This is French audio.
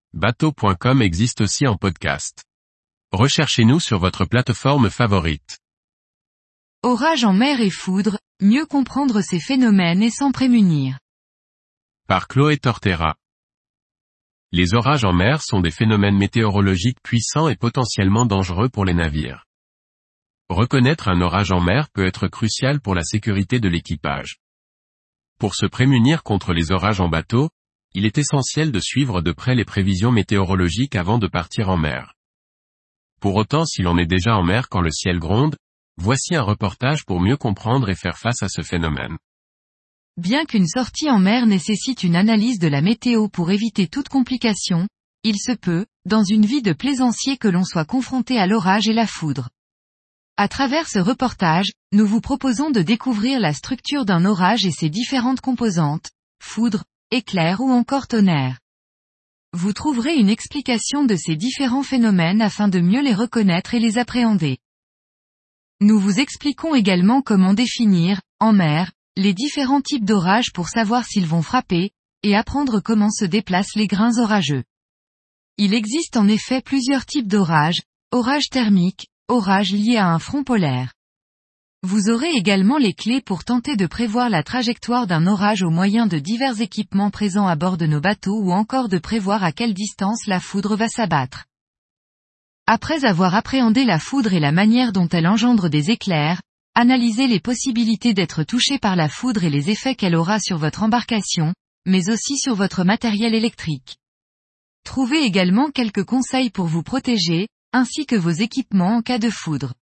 bateau.com existe aussi en podcast. Recherchez-nous sur votre plateforme favorite. Orage en mer et foudre, mieux comprendre ces phénomènes et s'en prémunir. Par Chloé Tortera. Les orages en mer sont des phénomènes météorologiques puissants et potentiellement dangereux pour les navires. Reconnaître un orage en mer peut être crucial pour la sécurité de l'équipage. Pour se prémunir contre les orages en bateau, il est essentiel de suivre de près les prévisions météorologiques avant de partir en mer. Pour autant, si l'on est déjà en mer quand le ciel gronde, voici un reportage pour mieux comprendre et faire face à ce phénomène. Bien qu'une sortie en mer nécessite une analyse de la météo pour éviter toute complication, il se peut, dans une vie de plaisancier que l'on soit confronté à l'orage et la foudre. À travers ce reportage, nous vous proposons de découvrir la structure d'un orage et ses différentes composantes, foudre, éclair ou encore tonnerre. Vous trouverez une explication de ces différents phénomènes afin de mieux les reconnaître et les appréhender. Nous vous expliquons également comment définir, en mer, les différents types d'orages pour savoir s'ils vont frapper, et apprendre comment se déplacent les grains orageux. Il existe en effet plusieurs types d'orages, orages thermiques, orages liés à un front polaire. Vous aurez également les clés pour tenter de prévoir la trajectoire d'un orage au moyen de divers équipements présents à bord de nos bateaux ou encore de prévoir à quelle distance la foudre va s'abattre. Après avoir appréhendé la foudre et la manière dont elle engendre des éclairs, analysez les possibilités d'être touché par la foudre et les effets qu'elle aura sur votre embarcation, mais aussi sur votre matériel électrique. Trouvez également quelques conseils pour vous protéger, ainsi que vos équipements en cas de foudre.